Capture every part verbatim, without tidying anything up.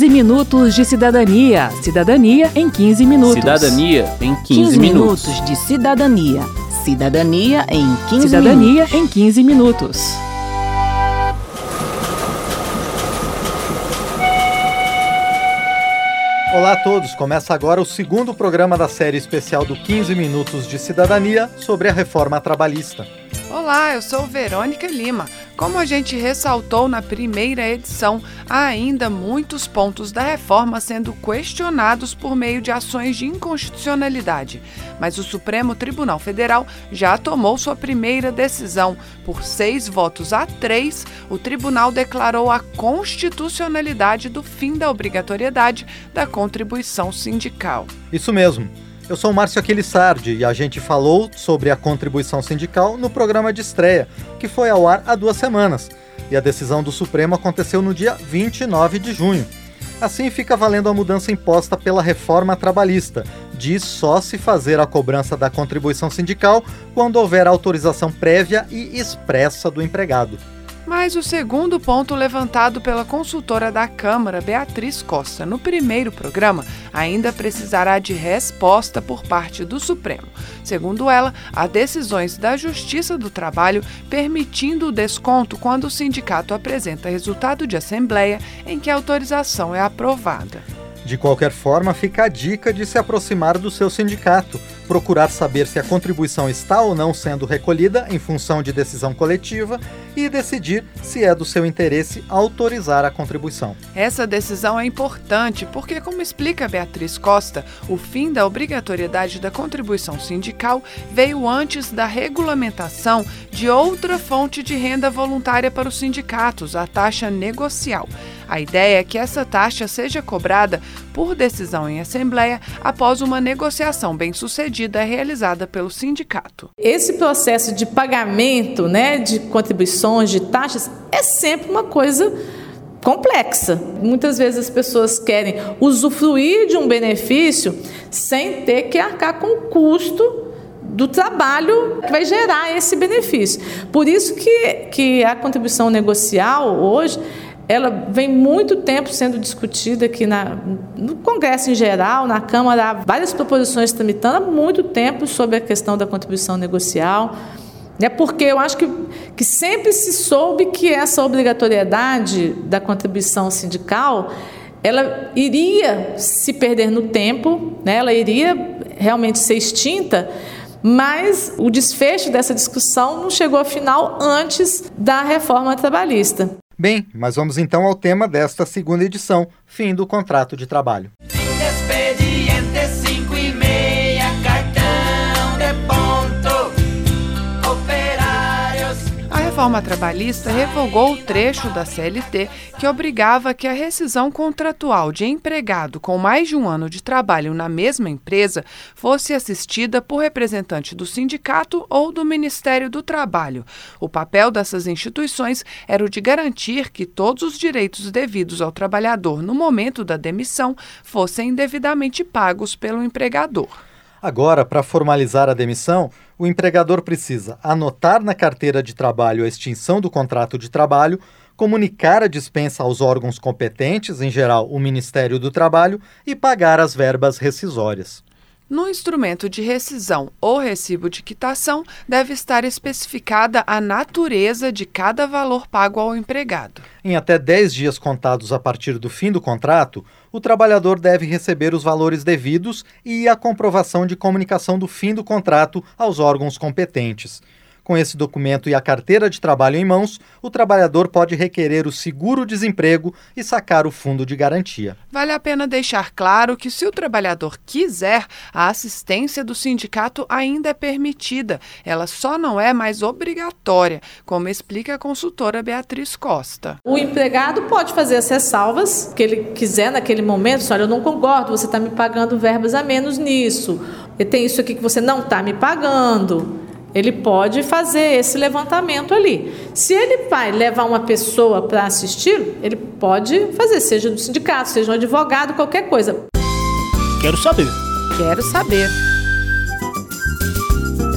quinze minutos de cidadania. Cidadania em quinze minutos. Cidadania em quinze, quinze minutos. minutos de cidadania. Cidadania em quinze Cidadania minutos. em quinze minutos. Olá a todos, começa agora o segundo programa da série especial do quinze minutos de cidadania sobre a reforma trabalhista. Olá, eu sou Verônica Lima. Como a gente ressaltou na primeira edição, há ainda muitos pontos da reforma sendo questionados por meio de ações de inconstitucionalidade. Mas o Supremo Tribunal Federal já tomou sua primeira decisão. Por seis votos a três, o tribunal declarou a constitucionalidade do fim da obrigatoriedade da contribuição sindical. Isso mesmo. Eu sou o Márcio Aquilissardi e a gente falou sobre a contribuição sindical no programa de estreia, que foi ao ar há duas semanas. E a decisão do Supremo aconteceu no dia vinte e nove de junho. Assim fica valendo a mudança imposta pela reforma trabalhista, de só se fazer a cobrança da contribuição sindical quando houver autorização prévia e expressa do empregado. Mas o segundo ponto levantado pela consultora da Câmara, Beatriz Costa, no primeiro programa, ainda precisará de resposta por parte do Supremo. Segundo ela, há decisões da Justiça do Trabalho permitindo o desconto quando o sindicato apresenta resultado de assembleia em que a autorização é aprovada. De qualquer forma, fica a dica de se aproximar do seu sindicato, procurar saber se a contribuição está ou não sendo recolhida em função de decisão coletiva e decidir se é do seu interesse autorizar a contribuição. Essa decisão é importante porque, como explica Beatriz Costa, o fim da obrigatoriedade da contribuição sindical veio antes da regulamentação de outra fonte de renda voluntária para os sindicatos, a taxa negocial. A ideia é que essa taxa seja cobrada por decisão em assembleia após uma negociação bem-sucedida realizada pelo sindicato. Esse processo de pagamento, né, de contribuições, de taxas, é sempre uma coisa complexa. Muitas vezes as pessoas querem usufruir de um benefício sem ter que arcar com o custo do trabalho que vai gerar esse benefício. Por isso que, que a contribuição negocial hoje ela vem muito tempo sendo discutida aqui na, no Congresso em geral, na Câmara, há várias proposições tramitando há muito tempo sobre a questão da contribuição negocial, né, porque eu acho que, que sempre se soube que essa obrigatoriedade da contribuição sindical, ela iria se perder no tempo, né, ela iria realmente ser extinta, mas o desfecho dessa discussão não chegou ao final antes da reforma trabalhista. Bem, mas vamos então ao tema desta segunda edição, fim do contrato de trabalho. Expediente cinco e meia, cartão de ponto, operários. A reforma trabalhista revogou o trecho da C L T que obrigava que a rescisão contratual de empregado com mais de um ano de trabalho na mesma empresa fosse assistida por representante do sindicato ou do Ministério do Trabalho. O papel dessas instituições era o de garantir que todos os direitos devidos ao trabalhador no momento da demissão fossem devidamente pagos pelo empregador. Agora, para formalizar a demissão, o empregador precisa anotar na carteira de trabalho a extinção do contrato de trabalho, comunicar a dispensa aos órgãos competentes, em geral o Ministério do Trabalho, e pagar as verbas rescisórias. No instrumento de rescisão ou recibo de quitação, deve estar especificada a natureza de cada valor pago ao empregado. Em até dez dias contados a partir do fim do contrato, o trabalhador deve receber os valores devidos e a comprovação de comunicação do fim do contrato aos órgãos competentes. Com esse documento e a carteira de trabalho em mãos, o trabalhador pode requerer o seguro-desemprego e sacar o fundo de garantia. Vale a pena deixar claro que, se o trabalhador quiser, a assistência do sindicato ainda é permitida. Ela só não é mais obrigatória, como explica a consultora Beatriz Costa. O empregado pode fazer as ressalvas que ele quiser naquele momento. Olha, eu não concordo, você está me pagando verbas a menos nisso. E tem isso aqui que você não está me pagando. Ele pode fazer esse levantamento ali. Se ele vai levar uma pessoa para assistir, ele pode fazer, seja do sindicato, seja um advogado, qualquer coisa. Quero saber. Quero saber.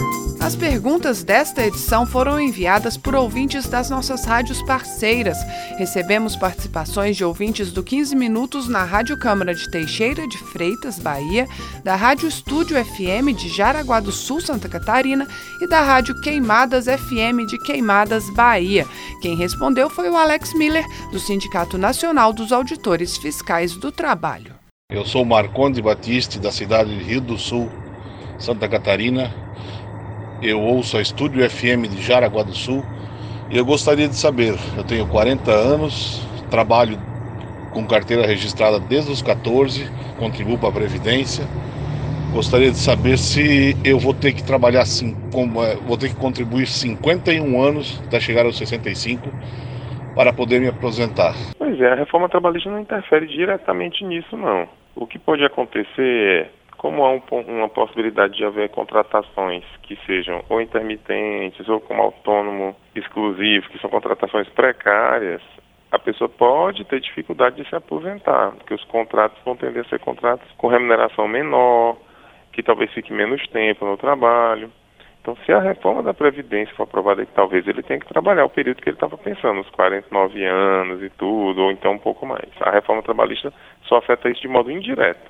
As perguntas desta edição foram enviadas por ouvintes das nossas rádios parceiras. Recebemos participações de ouvintes do quinze Minutos na Rádio Câmara de Teixeira de Freitas, Bahia, da Rádio Estúdio F M de Jaraguá do Sul, Santa Catarina e da Rádio Queimadas F M de Queimadas, Bahia. Quem respondeu foi o Alex Miller, do Sindicato Nacional dos Auditores Fiscais do Trabalho. Eu sou Marconde Batiste, da cidade de Rio do Sul, Santa Catarina. Eu ouço a Estúdio F M de Jaraguá do Sul e eu gostaria de saber, eu tenho quarenta anos, trabalho com carteira registrada desde os catorze, contribuo para a Previdência. Gostaria de saber se eu vou ter que trabalhar assim, como, vou ter que contribuir cinquenta e um anos até chegar aos sessenta e cinco para poder me aposentar. Pois é, a reforma trabalhista não interfere diretamente nisso, não. O que pode acontecer é, como há um, uma possibilidade de haver contratações que sejam ou intermitentes ou como autônomo exclusivo, que são contratações precárias, a pessoa pode ter dificuldade de se aposentar, porque os contratos vão tender a ser contratos com remuneração menor, que talvez fique menos tempo no trabalho. Então, se a reforma da Previdência for aprovada, talvez ele tenha que trabalhar o período que ele estava pensando, os quarenta e nove anos e tudo, ou então um pouco mais. A reforma trabalhista só afeta isso de modo indireto.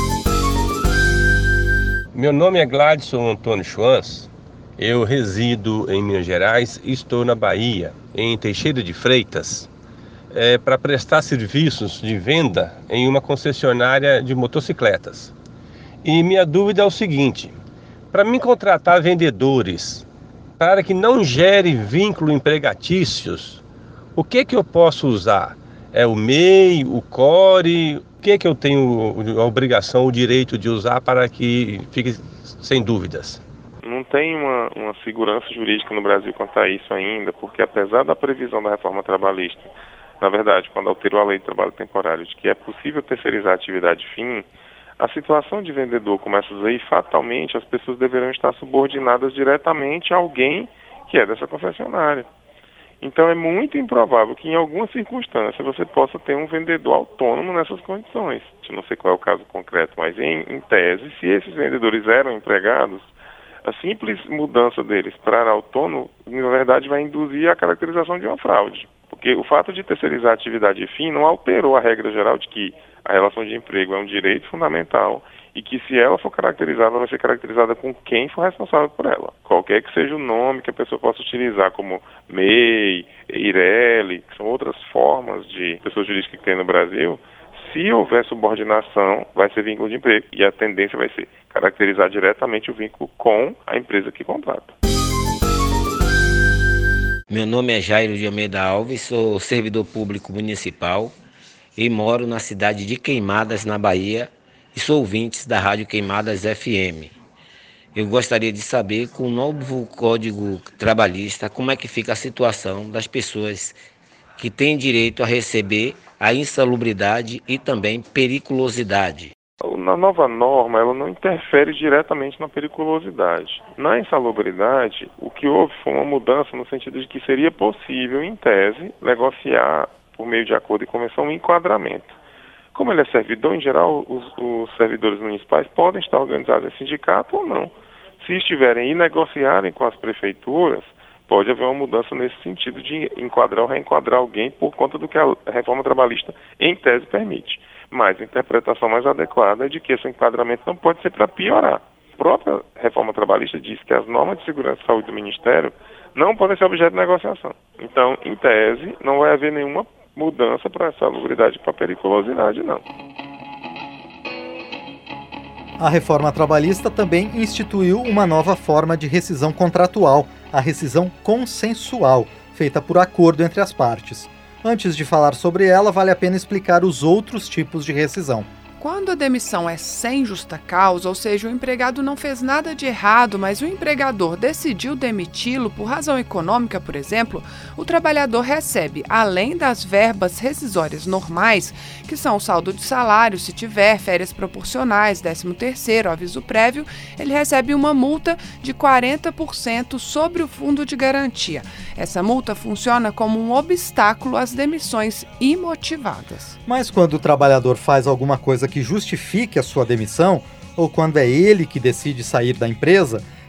Meu nome é Gladson Antônio Schwanz, eu resido em Minas Gerais e estou na Bahia, em Teixeira de Freitas, é, para prestar serviços de venda em uma concessionária de motocicletas. E minha dúvida é o seguinte, para mim contratar vendedores, para que não gere vínculo empregatícios, o que que eu posso usar? É o M E I, o Core, o que que eu tenho a obrigação, o direito de usar para que fique sem dúvidas? Não tem uma, uma segurança jurídica no Brasil quanto a isso ainda, porque apesar da previsão da reforma trabalhista, na verdade, quando alterou a lei de trabalho temporário, de que é possível terceirizar a atividade fim, a situação de vendedor como essas aí, fatalmente, as pessoas deverão estar subordinadas diretamente a alguém que é dessa concessionária. Então é muito improvável que em alguma circunstância você possa ter um vendedor autônomo nessas condições. Eu não sei qual é o caso concreto, mas em, em tese, se esses vendedores eram empregados, a simples mudança deles para autônomo, na verdade, vai induzir a caracterização de uma fraude. Porque o fato de terceirizar a atividade fim não alterou a regra geral de que a relação de emprego é um direito fundamental e que se ela for caracterizada, ela vai ser caracterizada com quem for responsável por ela. Qualquer que seja o nome que a pessoa possa utilizar, como M E I, Eireli, que são outras formas de pessoa jurídica que tem no Brasil, se houver subordinação, vai ser vínculo de emprego. E a tendência vai ser caracterizar diretamente o vínculo com a empresa que contrata. Meu nome é Jairo de Almeida Alves, sou servidor público municipal e moro na cidade de Queimadas, na Bahia, e sou ouvinte da Rádio Queimadas F M. Eu gostaria de saber, com o novo Código Trabalhista, como é que fica a situação das pessoas que têm direito a receber a insalubridade e também periculosidade. Na nova norma, ela não interfere diretamente na periculosidade. Na insalubridade, o que houve foi uma mudança no sentido de que seria possível, em tese, negociar, por meio de acordo e convenção, um enquadramento. Como ele é servidor, em geral, os, os servidores municipais podem estar organizados em sindicato ou não. Se estiverem e negociarem com as prefeituras, pode haver uma mudança nesse sentido de enquadrar ou reenquadrar alguém por conta do que a reforma trabalhista, em tese, permite. Mas a interpretação mais adequada é de que esse enquadramento não pode ser para piorar. A própria reforma trabalhista diz que as normas de segurança e saúde do Ministério não podem ser objeto de negociação. Então, em tese, não vai haver nenhuma mudança para essa salubridade e para a periculosidade, não. A reforma trabalhista também instituiu uma nova forma de rescisão contratual, a rescisão consensual, feita por acordo entre as partes. Antes de falar sobre ela, vale a pena explicar os outros tipos de rescisão. Quando a demissão é sem justa causa, ou seja, o empregado não fez nada de errado, mas o empregador decidiu demiti-lo por razão econômica, por exemplo, o trabalhador recebe, além das verbas rescisórias normais, que são o saldo de salário, se tiver, férias proporcionais, décimo terceiro, aviso prévio, ele recebe uma multa de quarenta por cento sobre o fundo de garantia. Essa multa funciona como um obstáculo às demissões imotivadas. Mas quando o trabalhador faz alguma coisa que justifique a sua demissão, ou quando é ele que decide sair da empresa,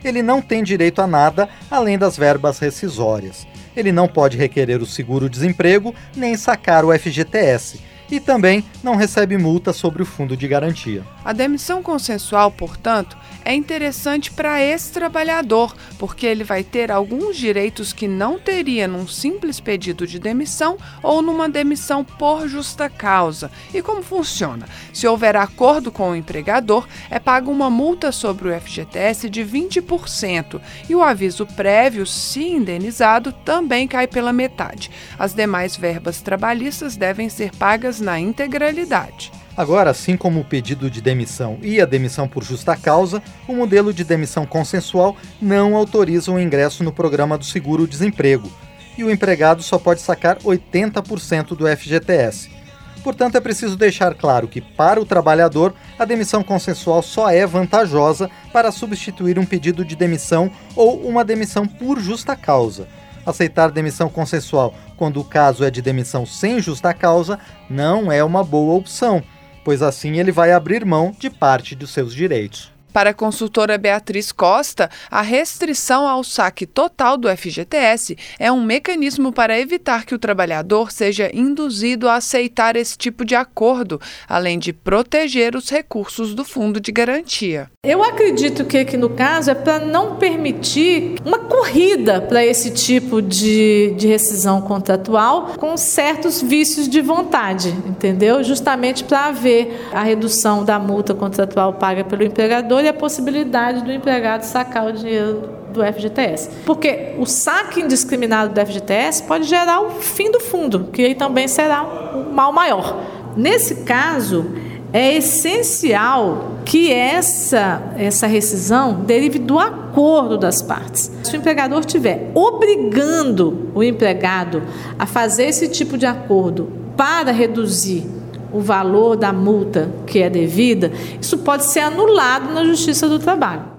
ele não tem direito a nada além das verbas rescisórias. Ele não pode requerer o seguro-desemprego nem sacar o F G T S. E também não recebe multa sobre o fundo de garantia. A demissão consensual, portanto, é interessante para esse trabalhador, porque ele vai ter alguns direitos que não teria num simples pedido de demissão ou numa demissão por justa causa. E como funciona? Se houver acordo com o empregador, é paga uma multa sobre o F G T S de vinte por cento e o aviso prévio, se indenizado, também cai pela metade. As demais verbas trabalhistas devem ser pagas na integralidade. Agora, assim como o pedido de demissão e a demissão por justa causa, o modelo de demissão consensual não autoriza o ingresso no programa do seguro-desemprego, e o empregado só pode sacar oitenta por cento do F G T S. Portanto, é preciso deixar claro que, para o trabalhador, a demissão consensual só é vantajosa para substituir um pedido de demissão ou uma demissão por justa causa. Aceitar demissão consensual quando o caso é de demissão sem justa causa não é uma boa opção, pois assim ele vai abrir mão de parte dos seus direitos. Para a consultora Beatriz Costa, a restrição ao saque total do F G T S é um mecanismo para evitar que o trabalhador seja induzido a aceitar esse tipo de acordo, além de proteger os recursos do fundo de garantia. Eu acredito que aqui no caso é para não permitir uma corrida para esse tipo de, de rescisão contratual com certos vícios de vontade, entendeu? Justamente para haver a redução da multa contratual paga pelo empregador e a possibilidade do empregado sacar o dinheiro do F G T S. Porque o saque indiscriminado do F G T S pode gerar o fim do fundo, que aí também será um mal maior. Nesse caso, é essencial que essa, essa rescisão derive do acordo das partes. Se o empregador estiver obrigando o empregado a fazer esse tipo de acordo para reduzir o valor da multa que é devida, isso pode ser anulado na Justiça do Trabalho.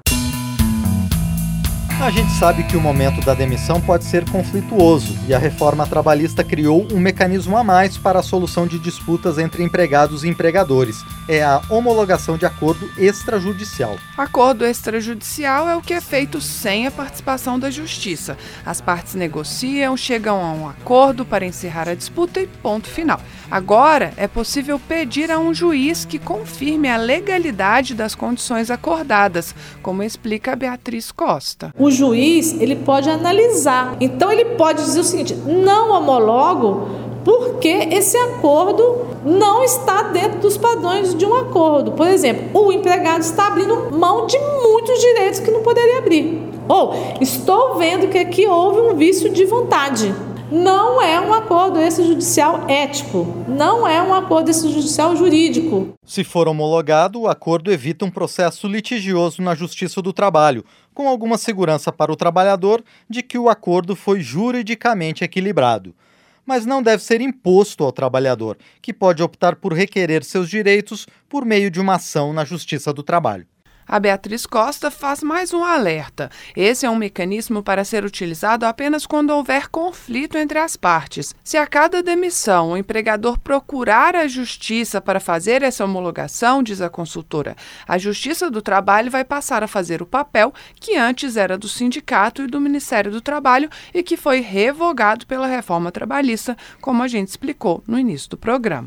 A gente sabe que o momento da demissão pode ser conflituoso e a reforma trabalhista criou um mecanismo a mais para a solução de disputas entre empregados e empregadores. É a homologação de acordo extrajudicial. Acordo extrajudicial é o que é feito sem a participação da Justiça. As partes negociam, chegam a um acordo para encerrar a disputa e ponto final. Agora, é possível pedir a um juiz que confirme a legalidade das condições acordadas, como explica a Beatriz Costa. O juiz, ele pode analisar. Então, ele pode dizer o seguinte: não homologo porque esse acordo não está dentro dos padrões de um acordo. Por exemplo, o empregado está abrindo mão de muitos direitos que não poderia abrir. Ou, estou vendo que aqui houve um vício de vontade. Não é um acordo extrajudicial ético, não é um acordo extrajudicial jurídico. Se for homologado, o acordo evita um processo litigioso na Justiça do Trabalho, com alguma segurança para o trabalhador de que o acordo foi juridicamente equilibrado. Mas não deve ser imposto ao trabalhador, que pode optar por requerer seus direitos por meio de uma ação na Justiça do Trabalho. A Beatriz Costa faz mais um alerta. Esse é um mecanismo para ser utilizado apenas quando houver conflito entre as partes. Se a cada demissão o empregador procurar a Justiça para fazer essa homologação, diz a consultora, a Justiça do Trabalho vai passar a fazer o papel que antes era do sindicato e do Ministério do Trabalho e que foi revogado pela reforma trabalhista, como a gente explicou no início do programa.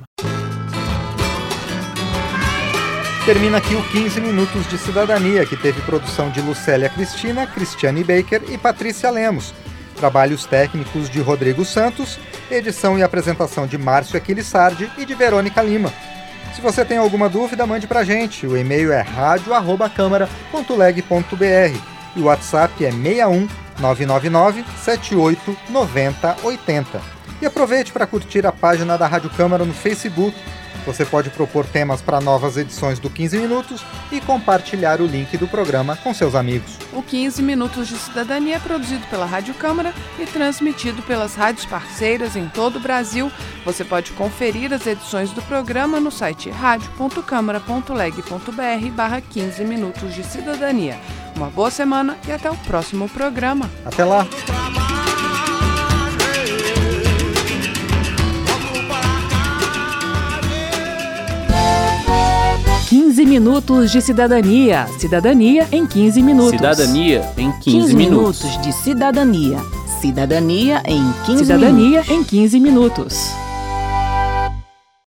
Termina aqui o quinze Minutos de Cidadania, que teve produção de Lucélia Cristina, Cristiane Baker e Patrícia Lemos. Trabalhos técnicos de Rodrigo Santos, edição e apresentação de Márcio Aquilissardi e de Verônica Lima. Se você tem alguma dúvida, mande pra gente. O e-mail é rádio arroba câmara ponto leg ponto br e o WhatsApp é seis um nove nove nove sete oito nove zero oito zero. E aproveite para curtir a página da Rádio Câmara no Facebook. Você pode propor temas para novas edições do quinze Minutos e compartilhar o link do programa com seus amigos. O quinze Minutos de Cidadania é produzido pela Rádio Câmara e transmitido pelas rádios parceiras em todo o Brasil. Você pode conferir as edições do programa no site rádio ponto câmara ponto leg ponto br barra quinze Minutos de Cidadania. Uma boa semana e até o próximo programa. Até lá! quinze minutos de cidadania. Cidadania em quinze minutos. Cidadania em quinze, quinze minutos. minutos de cidadania. Cidadania em quinze Cidadania minutos. em quinze minutos.